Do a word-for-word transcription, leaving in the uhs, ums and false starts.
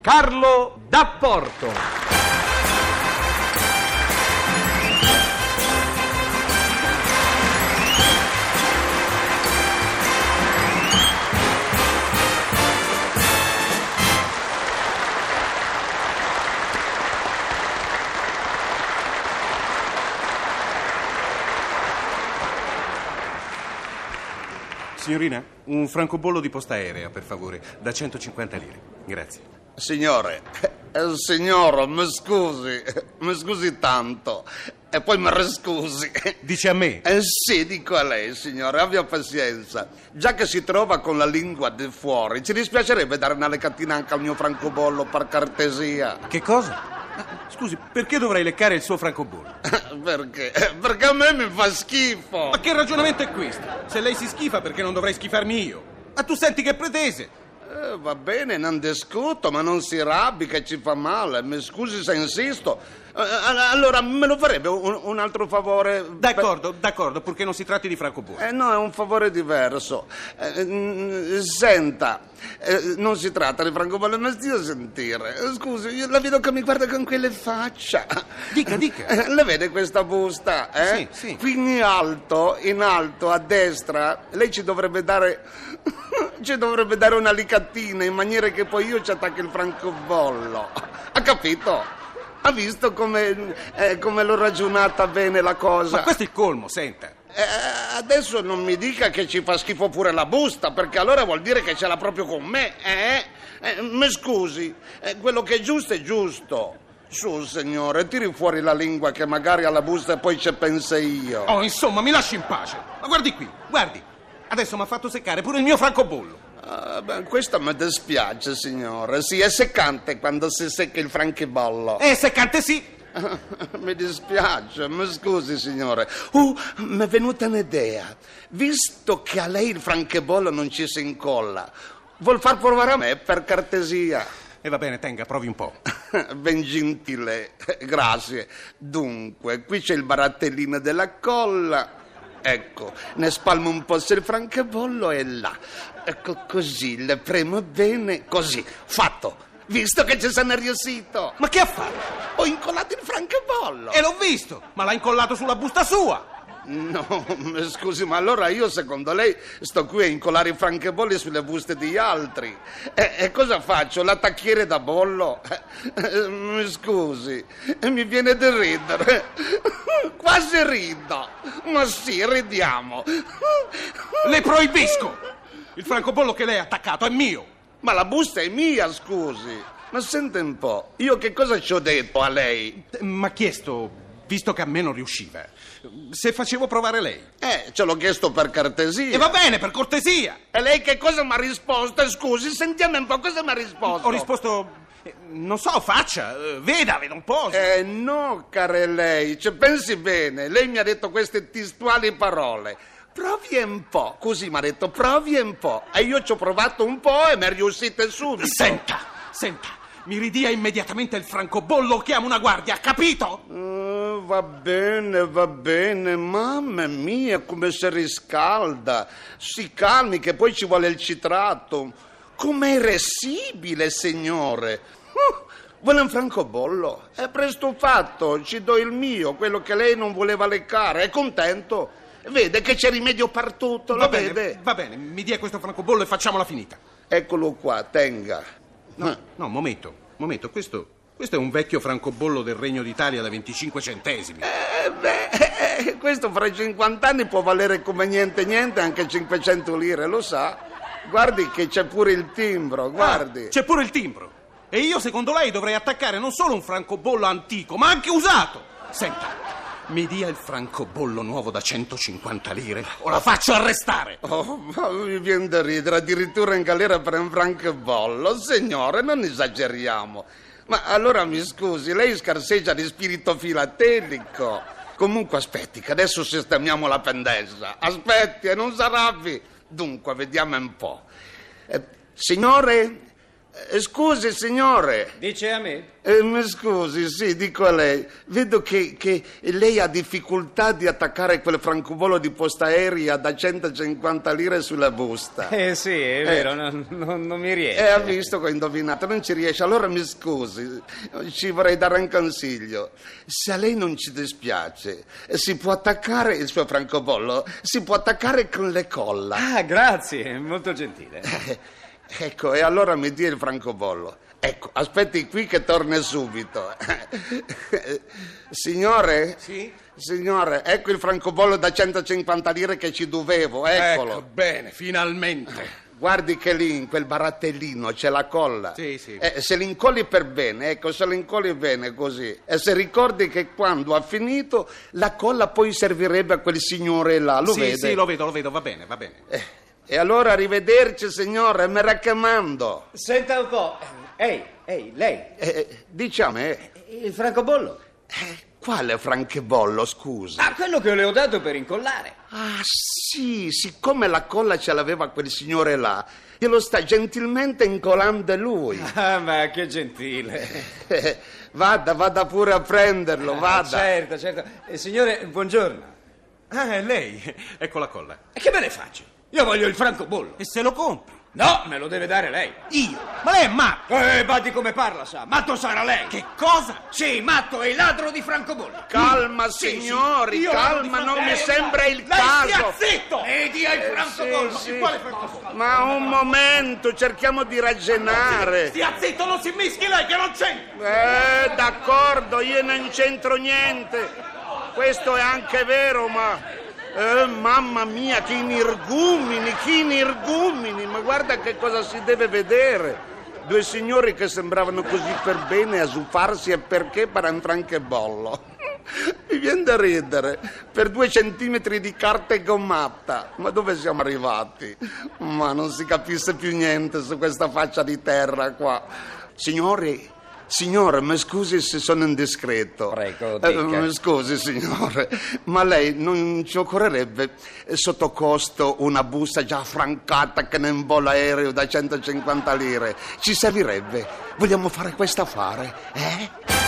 Carlo D'Apporto. Signorina, un francobollo di posta aerea, per favore, da centocinquanta lire. Grazie. Signore, eh, signore, mi scusi, mi scusi tanto. E poi mi riscusi. Dice a me? Eh sì, dico a lei, signore, abbia pazienza. Già che si trova con la lingua di fuori, ci dispiacerebbe dare una leccatina anche al mio francobollo, per cortesia. Che cosa? Scusi, perché dovrei leccare il suo francobollo? Perché? Perché a me mi fa schifo. Ma che ragionamento è questo? Se lei si schifa, perché non dovrei schifarmi io? Ma tu senti che pretese? Eh, va bene, non discuto, ma non si rabbi che ci fa male. Mi scusi se insisto. Eh, allora, me lo farebbe un, un altro favore? D'accordo, d'accordo, purché non si tratti di francobollo. Eh no, è un favore diverso. Eh, mm, senta, eh, non si tratta di francobollo, ma stia a sentire. Eh, Scusi, io la vedo che mi guarda con quelle faccia. Dica, dica. Eh, le vede questa busta, eh? Sì, sì. Qui in alto, in alto, a destra, lei ci dovrebbe dare... ci dovrebbe dare una licattina in maniera che poi io ci attacchi il francobollo. Ha capito? Ha visto come, eh, come l'ho ragionata bene la cosa? Ma questo è il colmo, senta. Eh, adesso non mi dica che ci fa schifo pure la busta, perché allora vuol dire che ce l'ha proprio con me, eh? eh mi scusi, eh, quello che è giusto è giusto. Su, signore, tiri fuori la lingua che magari alla busta e poi ci penso io. Oh, insomma, mi lasci in pace. Ma guardi qui, guardi. Adesso mi ha fatto seccare pure il mio francobollo. Ah, beh, questo mi dispiace, signore. Sì, è seccante quando si secca il francobollo. È seccante, sì. Mi dispiace, mi scusi, signore. Uh, mi è venuta un'idea. Visto che a lei il francobollo non ci si incolla, vuol far provare a me per cortesia? E va bene, tenga, provi un po'. Ben gentile, grazie. Dunque, qui c'è il barattellino della colla. Ecco, ne spalmo un po' sul francobollo e là. Ecco così, le premo bene, così, fatto. Visto che ci sono nervosito. Ma che ha fatto? Ho incollato il francobollo. E l'ho visto, ma l'ha incollato sulla busta sua. No, mi scusi, ma allora io, secondo lei, sto qui a incollare i francobolli sulle buste degli altri. E, e cosa faccio? L'attacchiere da bollo? Eh, mi scusi, mi viene da ridere. Quasi rido. Ma sì, ridiamo. Le proibisco! Il francobollo che lei ha attaccato è mio. Ma la busta è mia, scusi. Ma sente un po', io che cosa ci ho detto a lei? Mi ha chiesto, visto che a me non riusciva, se facevo provare lei. Eh, ce l'ho chiesto per cortesia. E va bene, per cortesia. E lei che cosa mi ha risposto? Scusi, sentiamo un po' cosa mi ha risposto. Ho risposto, eh, non so, faccia, eh, veda, veda un po'. Eh no, care lei, ci pensi bene. Lei mi ha detto queste testuali parole. Provi un po', così mi ha detto, provi un po'. E io ci ho provato un po' e mi è riuscita subito. Senta, senta, mi ridia immediatamente il francobollo o chiamo una guardia, capito? Uh, va bene, va bene. Mamma mia, come si riscalda. Si calmi che poi ci vuole il citrato. Com'è irresibile, signore. Uh, vuole un francobollo? È presto fatto, ci do il mio, quello che lei non voleva leccare. È contento? Vede che c'è rimedio per tutto, lo Va bene, vede? va bene, mi dia questo francobollo e facciamola finita. Eccolo qua, tenga. No, no, momento, momento, questo, questo è un vecchio francobollo del Regno d'Italia da venticinque centesimi. Eh, beh, eh, questo fra cinquanta anni può valere come niente niente, anche cinquecento lire, lo sa? Guardi che c'è pure il timbro, guardi. Ah, c'è pure il timbro. E io, secondo lei, dovrei attaccare non solo un francobollo antico, ma anche usato. Senta, mi dia il francobollo nuovo da centocinquanta lire o la faccio arrestare. Oh, ma mi viene da ridere, addirittura in galera per un francobollo. Signore, non esageriamo. Ma allora mi scusi, lei scarseggia di spirito filatelico. Comunque aspetti, che adesso sistemiamo la pendenza. Aspetti e non s'arrabbi. Dunque, vediamo un po'. Eh, signore, Eh, Scusi, signore. Dice a me? Eh, mi scusi, sì, dico a lei. Vedo che, che lei ha difficoltà di attaccare quel francobollo di posta aerea da centocinquanta lire sulla busta. Eh sì, è vero, non, non- non mi riesce. E ha visto che ho indovinato, non ci riesce. Allora mi scusi, ci vorrei dare un consiglio. Se a lei non ci dispiace, si può attaccare il suo francobollo, si può attaccare con le colla. Ah, grazie, molto gentile. Eh, Ecco, e allora mi dia il francobollo. Ecco, aspetti qui che torna subito. Signore? Sì? Signore, ecco il francobollo da centocinquanta lire che ci dovevo, eccolo. Ecco, bene, finalmente. Guardi che lì in quel barattellino c'è la colla. Sì, sì. Eh, se l'incolli per bene, ecco, se l'incolli bene così. E se ricordi che quando ha finito, la colla poi servirebbe a quel signore là, lo sì, vede? sì, lo vedo, lo vedo, va bene, va bene. Eh, e allora arrivederci, signore, mi raccomando. Senta un po'. Ehi, ehi, lei, Eh, dice a me, il francobollo? eh, quale francobollo, scusa? Ah, quello che le ho dato per incollare. Ah, sì, siccome la colla ce l'aveva quel signore là, glielo sta gentilmente incolando lui. Ah, ma che gentile. Eh, vada, vada pure a prenderlo, Ah, vada. certo, certo. Eh, signore, buongiorno. Ah, è lei. Ecco la colla. E che me ne faccio? Io voglio il francobollo. E se lo compri? No, me lo deve dare lei. Io? Ma lei è matto! Eh, badi come parla, sa. Matto sarà lei. Che cosa? Sì, matto è ladro di francobolli. Calma, Sì, sì. signori, Io calma, ladro di non mi francobolli. sembra il Lei caso. stia zitto! E dia il francobollo. sì. Quale francobollo? Ma un momento, cerchiamo di ragionare. Stia zitto, non si mischi lei che non c'è! Eh, d'accordo, io non c'entro niente. Questo è anche vero, ma... Eh, mamma mia, che inergumini, che inergumini! Ma guarda che cosa si deve vedere. Due signori che sembravano così per bene a zuffarsi e perché per un francobollo. Mi viene da ridere. Per due centimetri di carta gommata. Ma dove siamo arrivati? Ma non si capisce più niente su questa faccia di terra qua. Signori... Signore, mi scusi se sono indiscreto. Prego, Eh, dica. mi scusi, signore, ma lei non ci occorrerebbe eh, sotto costo una busta già affrancata che ne in volo aereo da centocinquanta lire? Ci servirebbe. Vogliamo fare questo affare, eh?